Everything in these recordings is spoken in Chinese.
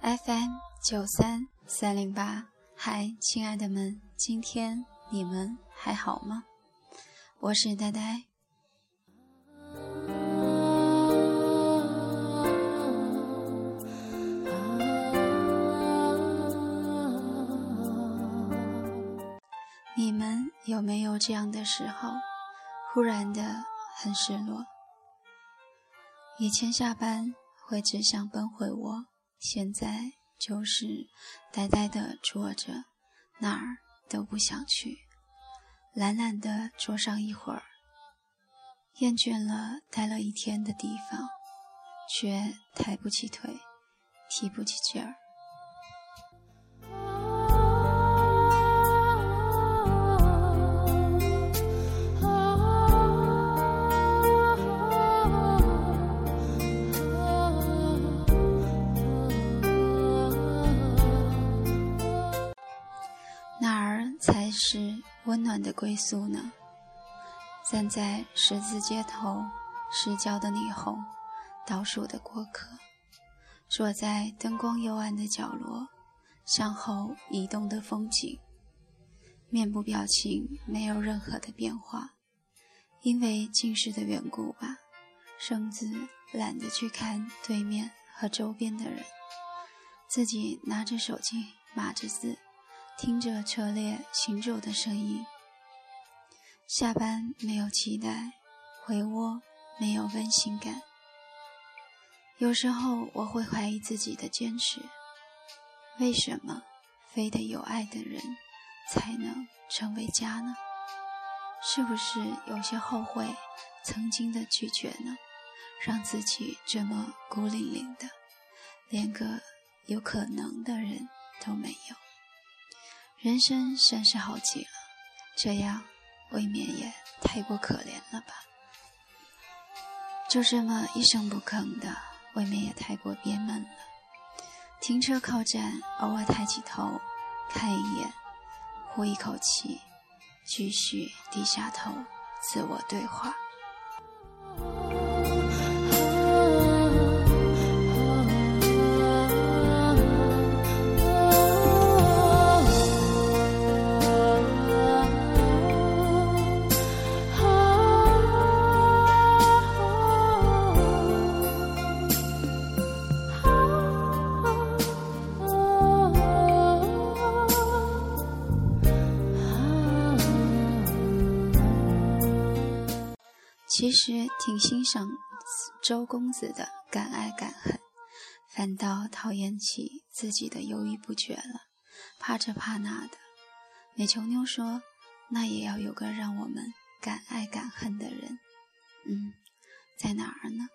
FM93308。嗨，亲爱的们，今天你们还好吗？我是呆呆。你们有没有这样的时候，忽然的很失落？以前下班会只想奔回窝，现在就是呆呆地坐着，哪儿都不想去，懒懒地坐上一会儿，厌倦了待了一天的地方，却抬不起腿，提不起劲儿。才是温暖的归宿呢。站在十字街头，失焦的霓虹，倒数的过客，坐在灯光幽暗的角落，向后移动的风景，面部表情没有任何的变化，因为近视的缘故吧，甚至懒得去看对面和周边的人，自己拿着手机码着字，听着车列行走的声音。下班没有期待，回窝没有温馨感。有时候我会怀疑自己的坚持，为什么非得有爱的人才能成为家呢？是不是有些后悔曾经的拒绝呢？让自己这么孤零零的，连个有可能的人都没有。人生算是好极了，这样未免也太过可怜了吧。就这么一声不吭的，未免也太过憋闷了。停车靠站，偶尔抬起头看一眼，呼一口气，继续低下头自我对话。其实挺欣赏周公子的敢爱敢恨，反倒讨厌起自己的犹豫不决了，怕这怕那的。美琼妞说，那也要有个让我们敢爱敢恨的人。在哪儿呢？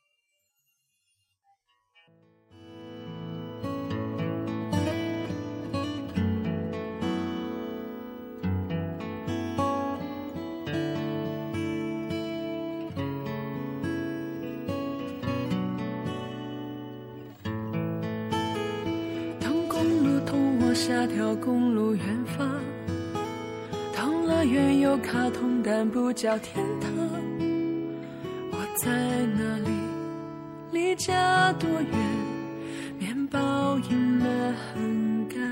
下条公路远方，当乐园有卡通但不叫天堂，我在那里，离家多远，面包硬了很干。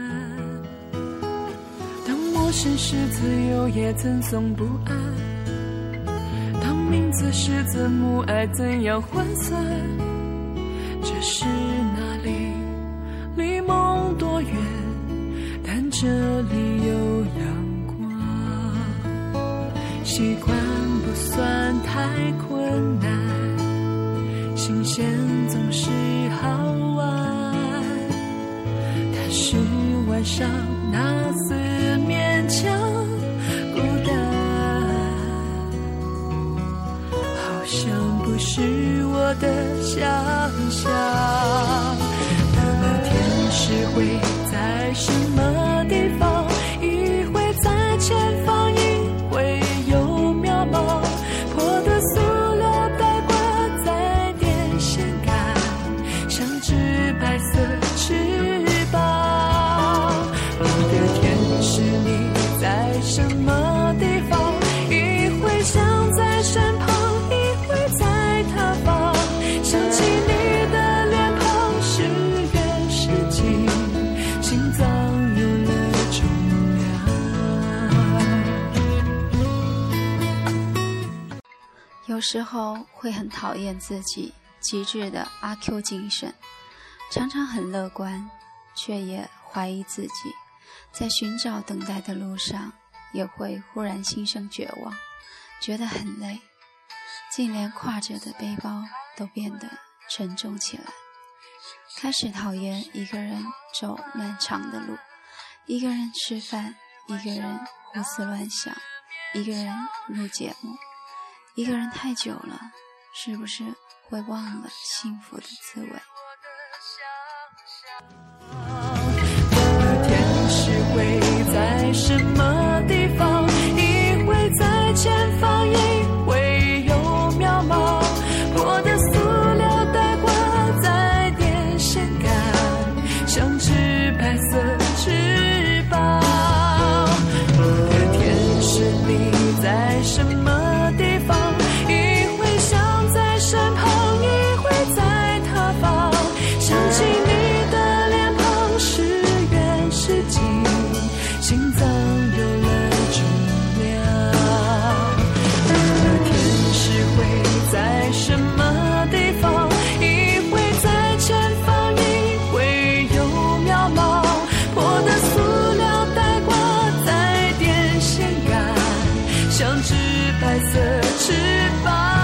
当陌生是自由也赠送不安，当名字是字母爱怎样换算，这是哪里，离梦多远，但这里有阳光，习惯不算太困难，新鲜总是好玩，但是晚上那丝勉强孤单，好像不是我的想象。我们天使会在什么地方？一会在前方，一会有渺茫。破的塑料袋挂在电线杆，像只白色翅膀。我的天使，你在什么地方？一会想在身旁，一会在他方。想起你的脸庞，是原世界。 有时候会很讨厌自己极致的阿 Q 精神，常常很乐观，却也怀疑自己，在寻找等待的路上也会忽然心生绝望，觉得很累，竟连挎着的背包都变得沉重起来。开始讨厌一个人走漫长的路，一个人吃饭，一个人胡思乱想，一个人录节目。一个人太久了，是不是会忘了幸福的滋味？ 天使会在什么地方？一会在前方，一会有渺茫。我的塑料袋挂在电线杆，像只白色翅膀。天使你在什么地方？一会想在身旁，一会在他方。想起你的脸庞，是远是近，心脏有了重量。天使会在什么地方？一会在前方，一会有渺茫。我的塑料袋挂在电线杆，像只白色翅膀。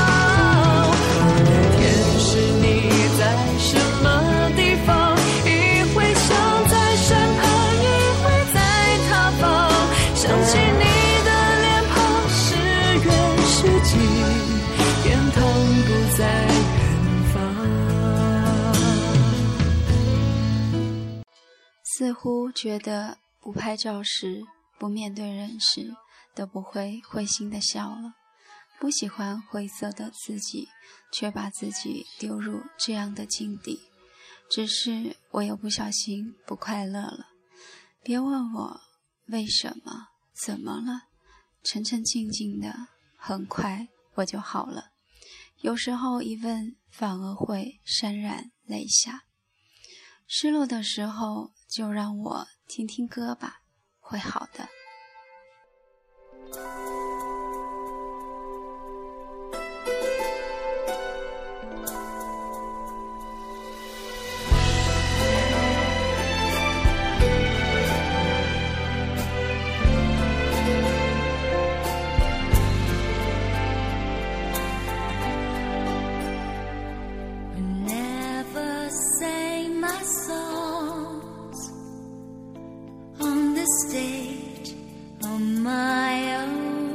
天使你在什么地方？一会想在身旁，一会在他方。想起你的脸庞，是远是近，天堂不在远方。 似乎觉得不拍照时，不面对人时，都不会会心的笑了。不喜欢灰色的自己，却把自己丢入这样的境地。只是我又不小心不快乐了。别问我为什么，怎么了，沉沉静静的，很快我就好了。有时候一问，反而会潸然泪下。失落的时候，就让我听听歌吧，会好的。 Stage on my own.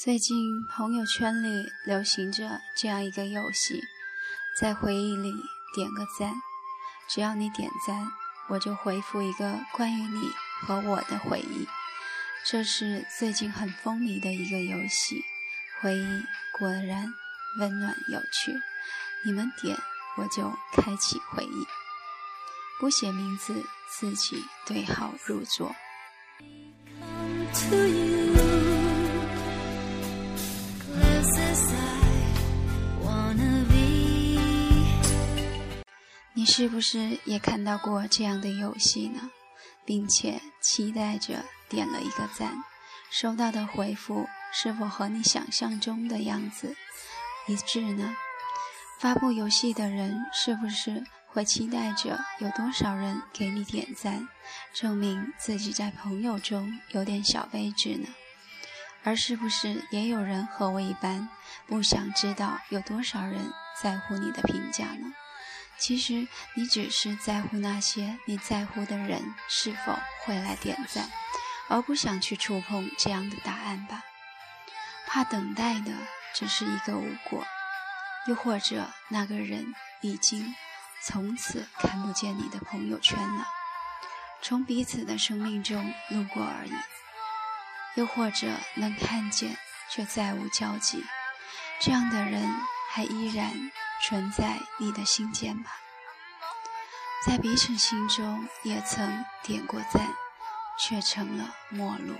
最近朋友圈里流行着这样一个游戏，在回忆里点个赞，只要你点赞，我就回复一个关于你和我的回忆。这是最近很风靡的一个游戏，回忆果然温暖有趣，你们点我就开启回忆，不写名字，自己对号入座。你是不是也看到过这样的游戏呢？并且期待着点了一个赞，收到的回复是否和你想象中的样子一致呢？发布游戏的人是不是会期待着有多少人给你点赞，证明自己在朋友中有点小位置呢？而是不是也有人和我一般，不想知道有多少人在乎你的评价呢？其实你只是在乎那些你在乎的人是否会来点赞，而不想去触碰这样的答案吧。怕等待的只是一个无果，又或者那个人已经从此看不见你的朋友圈了，从彼此的生命中路过而已。又或者能看见却再无交集，这样的人还依然存在你的心间吧？在彼此心中也曾点过赞，却成了陌路。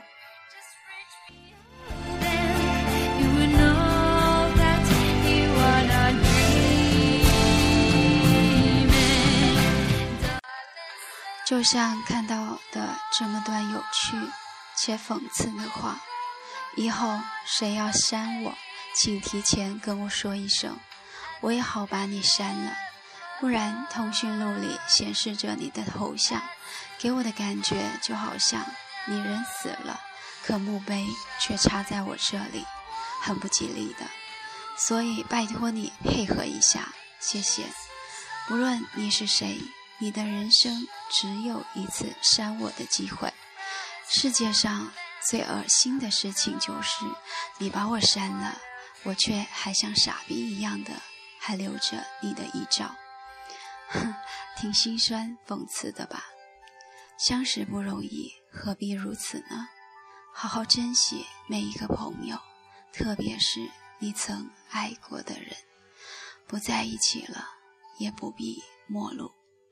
就像看到的这么段有趣且讽刺的话，以后谁要删我，请提前跟我说一声，我也好把你删了，不然通讯录里显示着你的头像，给我的感觉就好像你人死了，可墓碑却插在我这里，很不吉利的。所以拜托你配合一下，谢谢。不论你是谁，你的人生只有一次删我的机会。世界上最恶心的事情就是你把我删了，我却还像傻逼一样的还留着你的遗照。挺心酸讽刺的吧？相识不容易，何必如此呢？好好珍惜每一个朋友，特别是你曾爱过的人。不在一起了，也不必陌路。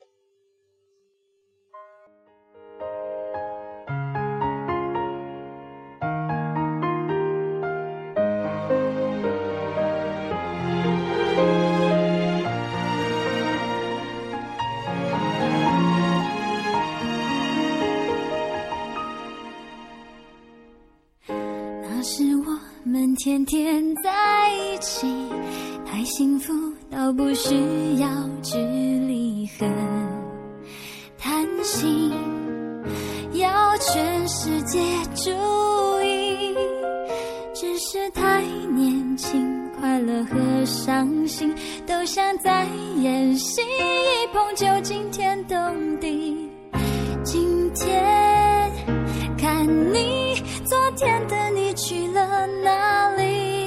天天在一起，太幸福到不需要距离很贪心，要全世界注意，只是太年轻，快乐和伤心都像在演戏，一碰就惊天动地。今天看你，昨天的你去了哪里？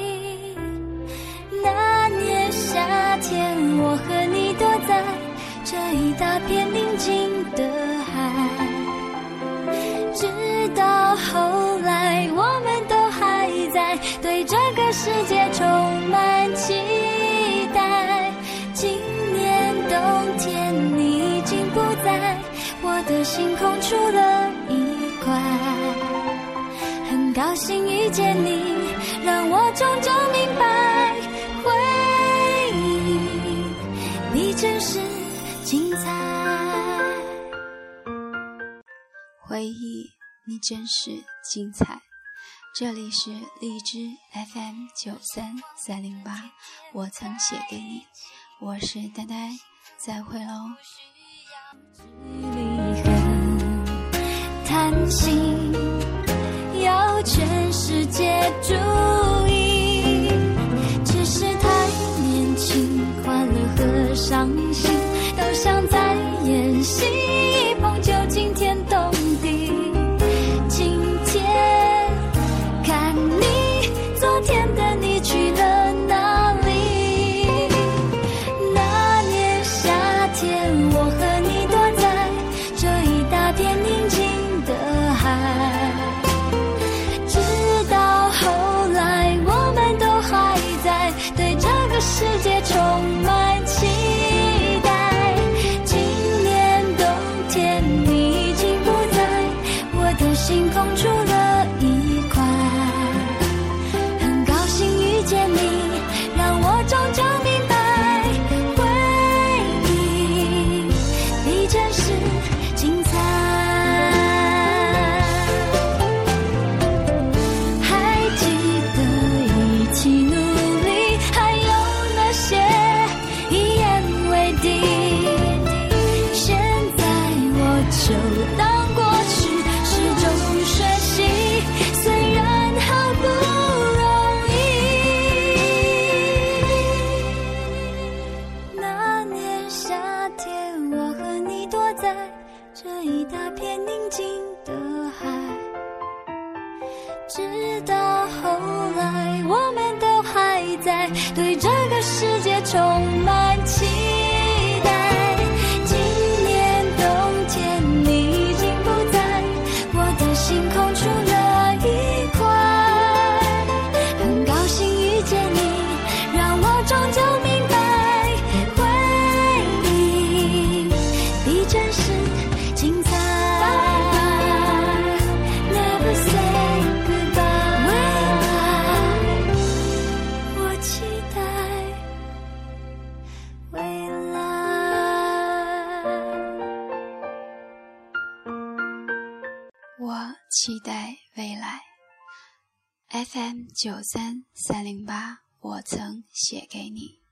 那年夏天，我和你躲在这一大片宁静的海，直到后来我们都还在对这个世界充满期待。今年冬天你已经不在我的星空出了一块，很高兴遇见你，让我种种明白，回忆你真是精彩， 回忆你真是精彩。这里是荔枝 FM93308，我曾写给你，我是呆呆，再会喽。 贪心要全世界注意，只是太年轻，快乐和伤心都像在演戏，一碰就惊天动地。今天看你，昨到后来，我们都还在对这个世界充满期待。今年冬天你已经不在，我的心空出了一块。很高兴遇见你，让我终究明白，回忆比真实精彩。Never say goodbye， 我期待未来。 我期待未来。FM 93308，我曾写给你。